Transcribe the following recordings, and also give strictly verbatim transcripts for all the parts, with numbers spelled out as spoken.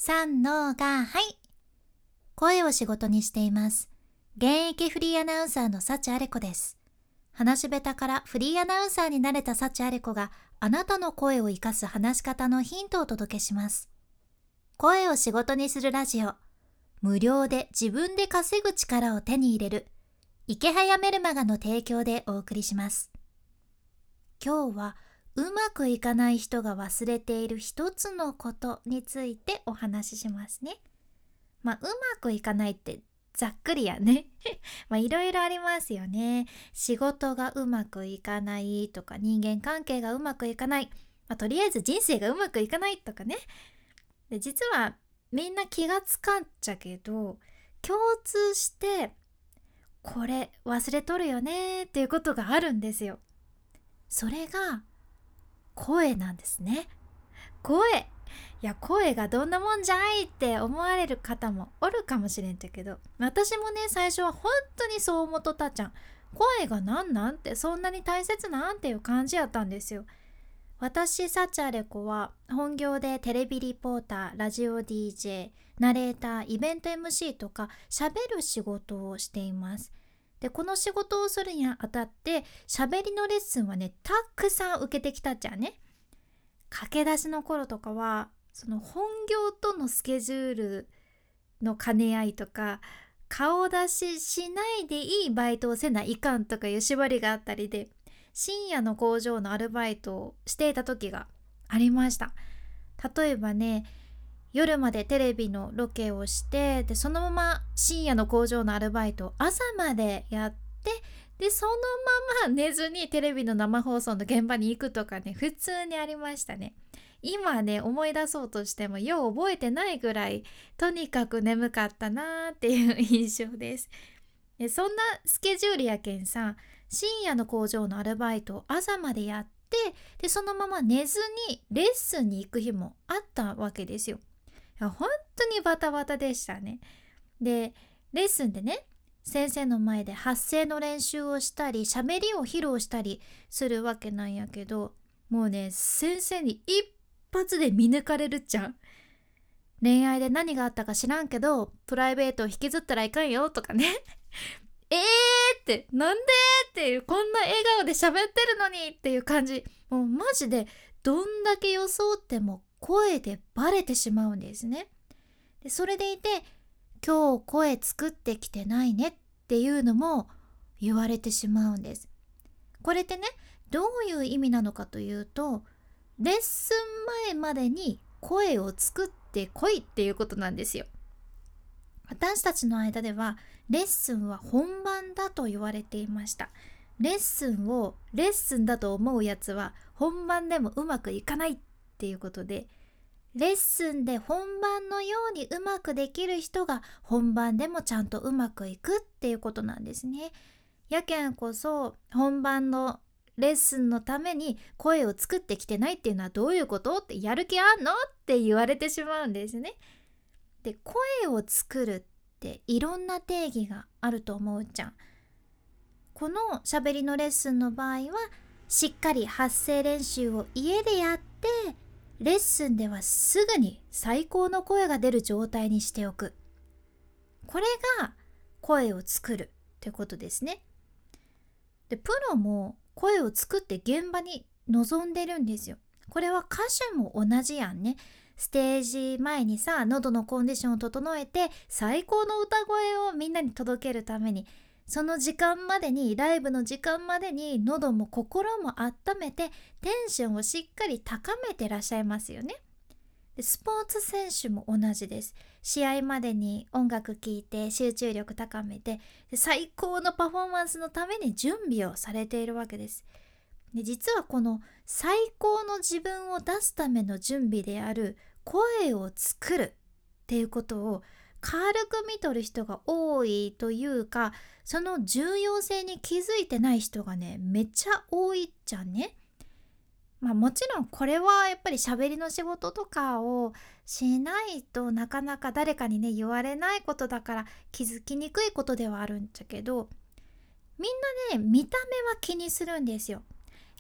さんのがはい。声を仕事にしています。現役フリーアナウンサーの幸あれ子です。話し下手からフリーアナウンサーになれた幸あれ子があなたの声を生かす話し方のヒントをお届けします。声を仕事にするラジオ。無料で自分で稼ぐ力を手に入れる。池早メルマガの提供でお送りします。今日はうまくいかない人が忘れている一つのことについてお話ししますね。まあ、うまくいかないってざっくりやね。まあいろいろありますよね。仕事がうまくいかないとか、人間関係がうまくいかない。まあ、とりあえず人生がうまくいかないとかね。で、実はみんな気がつかんちゃけど、共通してこれ忘れとるよねっていうことがあるんですよ。それが声なんですね。声。いや、声がどんなもんじゃいって思われる方もおるかもしれんだけど、私もね、最初は本当にそう思っとったちゃん。声がなんなんてそんなに大切なんていう感じやったんですよ。私、サチアレコは本業でテレビリポーター、ラジオ ディージェー、ナレーター、イベント エムシー とか喋る仕事をしています。で、この仕事をするにあたって喋りのレッスンはね、たくさん受けてきたっちゃね。駆け出しの頃とかはその本業とのスケジュールの兼ね合いとか、顔出ししないでいいバイトをせないかんとかいう縛りがあったりで、深夜の工場のアルバイトをしていた時がありました。例えばね、夜までテレビのロケをして、でそのまま深夜の工場のアルバイトを朝までやって、でそのまま寝ずにテレビの生放送の現場に行くとかね、普通にありましたね。今ね、思い出そうとしてもよう覚えてないぐらいとにかく眠かったなーっていう印象です。でそんなスケジュールやけんさ、深夜の工場のアルバイトを朝までやって、でそのまま寝ずにレッスンに行く日もあったわけですよ。いや本当にバタバタでしたね。でレッスンでね、先生の前で発声の練習をしたり喋りを披露したりするわけなんやけど、もうね、先生に一発で見抜かれるっちゃう。恋愛で何があったか知らんけどプライベートを引きずったらいかんよとかね。えーってなんでっていう、こんな笑顔で喋ってるのにっていう感じ。もうマジでどんだけ装っても声でバレてしまうんですね。でそれでいて、今日声作ってきてないねっていうのも言われてしまうんです。これってね、どういう意味なのかというと、レッスン前までに声を作ってこいっていうことなんですよ。私たちの間ではレッスンは本番だと言われていました。レッスンをレッスンだと思うやつは本番でもうまくいかないっていうことで、レッスンで本番のようにうまくできる人が本番でもちゃんとうまくいくっていうことなんですね。やけんこそ本番のレッスンのために声を作ってきてないっていうのはどういうことって、やる気あんのって言われてしまうんですね。で、声を作るっていろんな定義があると思うじゃん。この喋りのレッスンの場合は、しっかり発声練習を家でやって、レッスンではすぐに最高の声が出る状態にしておく。これが声を作るってことですね。で、プロも声を作って現場に臨んでるんですよ。これは歌手も同じやんね。ステージ前にさ、喉のコンディションを整えて最高の歌声をみんなに届けるために、その時間までに、ライブの時間までに喉も心も温めてテンションをしっかり高めてらっしゃいますよね。でスポーツ選手も同じです。試合までに音楽聴いて集中力高めて、で最高のパフォーマンスのために準備をされているわけです。で実はこの最高の自分を出すための準備である声を作るっていうことを軽く見とる人が多いというか、その重要性に気づいてない人がね、めっちゃ多いじゃんね。まあもちろんこれはやっぱり喋りの仕事とかをしないとなかなか誰かにね言われないことだから気づきにくいことではあるんだけど、みんなね見た目は気にするんですよ。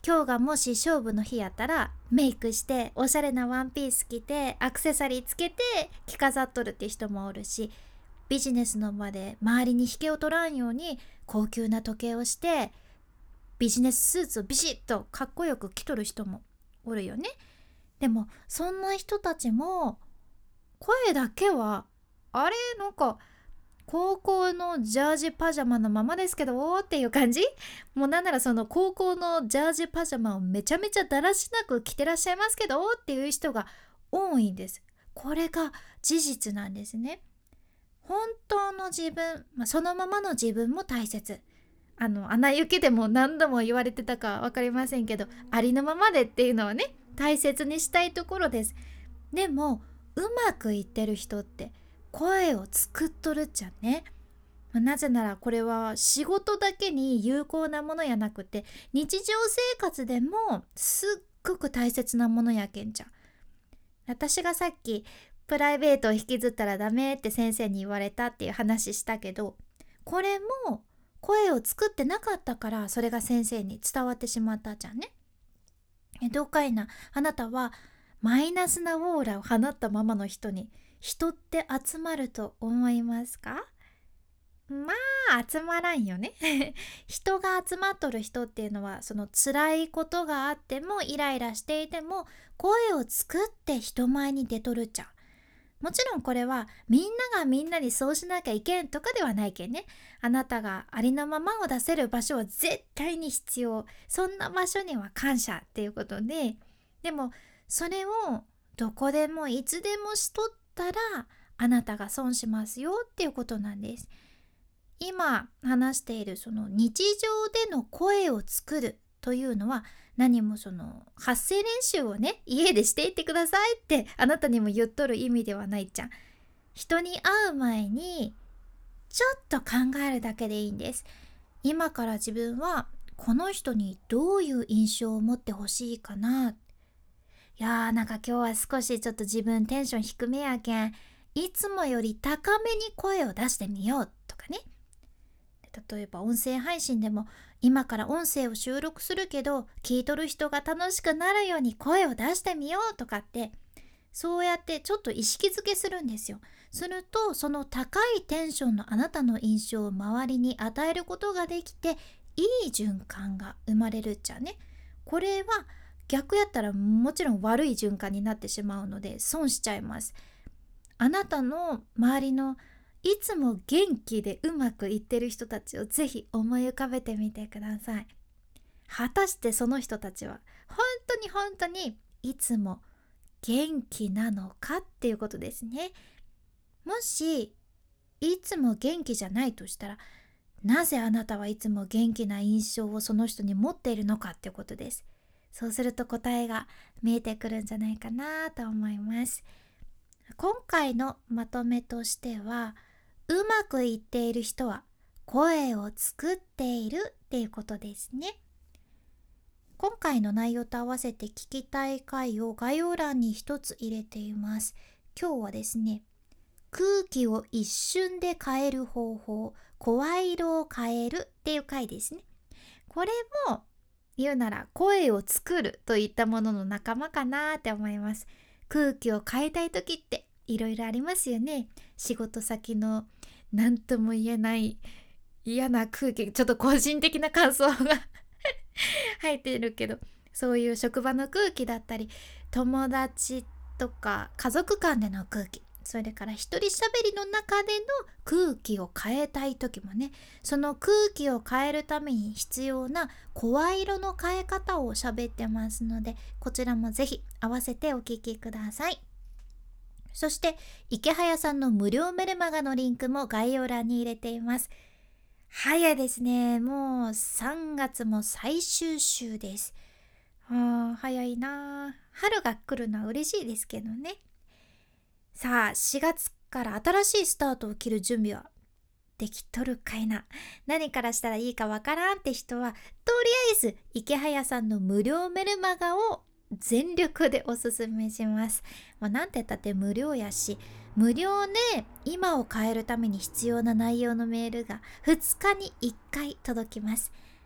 今日がもし勝負の日やったらメイクしておしゃれなワンピース着てアクセサリーつけて着飾っとるって人もおるし、ビジネスの場で周りに引けを取らんように高級な時計をしてビジネススーツをビシッとかっこよく着とる人もおるよね。でもそんな人たちも声だけはあれなんか高校のジャージパジャマのままですけどっていう感じ。もうなんならその高校のジャージパジャマをめちゃめちゃだらしなく着てらっしゃいますけどっていう人が多いんです。これが事実なんですね。本当の自分、まあ、そのままの自分も大切。あのアナ雪でも何度も言われてたか分かりませんけど、ありのままでっていうのはね大切にしたいところです。でもうまくいってる人って声を作っとるっちゃね。なぜならこれは仕事だけに有効なものやなくて、日常生活でもすっごく大切なものやけんじゃん。私がさっきプライベートを引きずったらダメって先生に言われたっていう話したけど、これも声を作ってなかったからそれが先生に伝わってしまったじゃんね。えどうかいな、あなたはマイナスなオーラを放ったままの人に人って集まると思いますか？まあ集まらんよね人が集まっとる人っていうのは、その辛いことがあってもイライラしていても声を作って人前に出とるっちゃう。もちろんこれはみんながみんなにそうしなきゃいけんとかではないけんね。あなたがありのままを出せる場所は絶対に必要。そんな場所には感謝っていうことで、でもそれをどこでもいつでもしとったらあなたが損しますよっていうことなんです。今話しているその日常での声を作るというのは、何もその発声練習をね家でしていってくださいってあなたにも言っとる意味ではないじゃん。人に会う前にちょっと考えるだけでいいんです。今から自分はこの人にどういう印象を持ってほしいかな。いやーなんか今日は少しちょっと自分テンション低めやけん、いつもより高めに声を出してみようとかね。例えば音声配信でも、今から音声を収録するけど聞いとる人が楽しくなるように声を出してみようとかって、そうやってちょっと意識づけするんですよ。するとその高いテンションのあなたの印象を周りに与えることができて、いい循環が生まれるっちゃね。これは逆やったらもちろん悪い循環になってしまうので損しちゃいます。あなたの周りのいつも元気でうまくいってる人たちをぜひ思い浮かべてみてください。果たしてその人たちは本当に本当にいつも元気なのかっていうことですね。もしいつも元気じゃないとしたら、なぜあなたはいつも元気な印象をその人に持っているのかっていうことです。そうすると答えが見えてくるんじゃないかなと思います。今回のまとめとしては、うまくいっている人は声を作っているっていうことですね。今回の内容と合わせて聞きたい回を概要欄に一つ入れています。今日はですね、空気を一瞬で変える方法、声色を変えるっていう回ですね。これも言うなら声を作るといったものの仲間かなって思います。空気を変えたい時っていろいろありますよね。仕事先の何とも言えない嫌な空気、ちょっと個人的な感想が入っているけど、そういう職場の空気だったり、友達とか家族間での空気、それから一人喋りの中での空気を変えたい時もね、その空気を変えるために必要な声色の変え方を喋ってますので、こちらもぜひ合わせてお聞きください。そして池早さんの無料メルマガのリンクも概要欄に入れています。早いですね。もうさんがつも最終週です。あー早いな。春が来るのは嬉しいですけどね。さあしがつから新しいスタートを切る準備はできとるかいな。何からしたらいいかわからんって人は、とりあえず池早さんの無料メルマガを全力でおすすめします。まあ、なんて言ったって無料やし、無料で今を変えるために必要な内容のメールがふつかにいっかい届きます。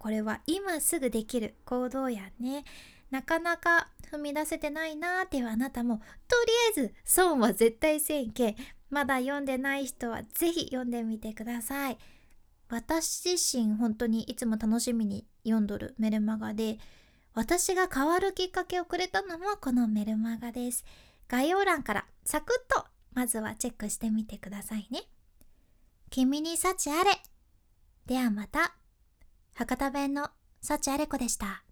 これは今すぐできる行動やね。なかなか踏み出せてないなーっていうあなたも、とりあえず損は絶対せんけん、まだ読んでない人はぜひ読んでみてください。私自身本当にいつも楽しみに読んどるメルマガで、私が変わるきっかけをくれたのもこのメルマガです。概要欄からサクッとまずはチェックしてみてくださいね。君に幸あれ。ではまた。博多弁の幸あれ子でした。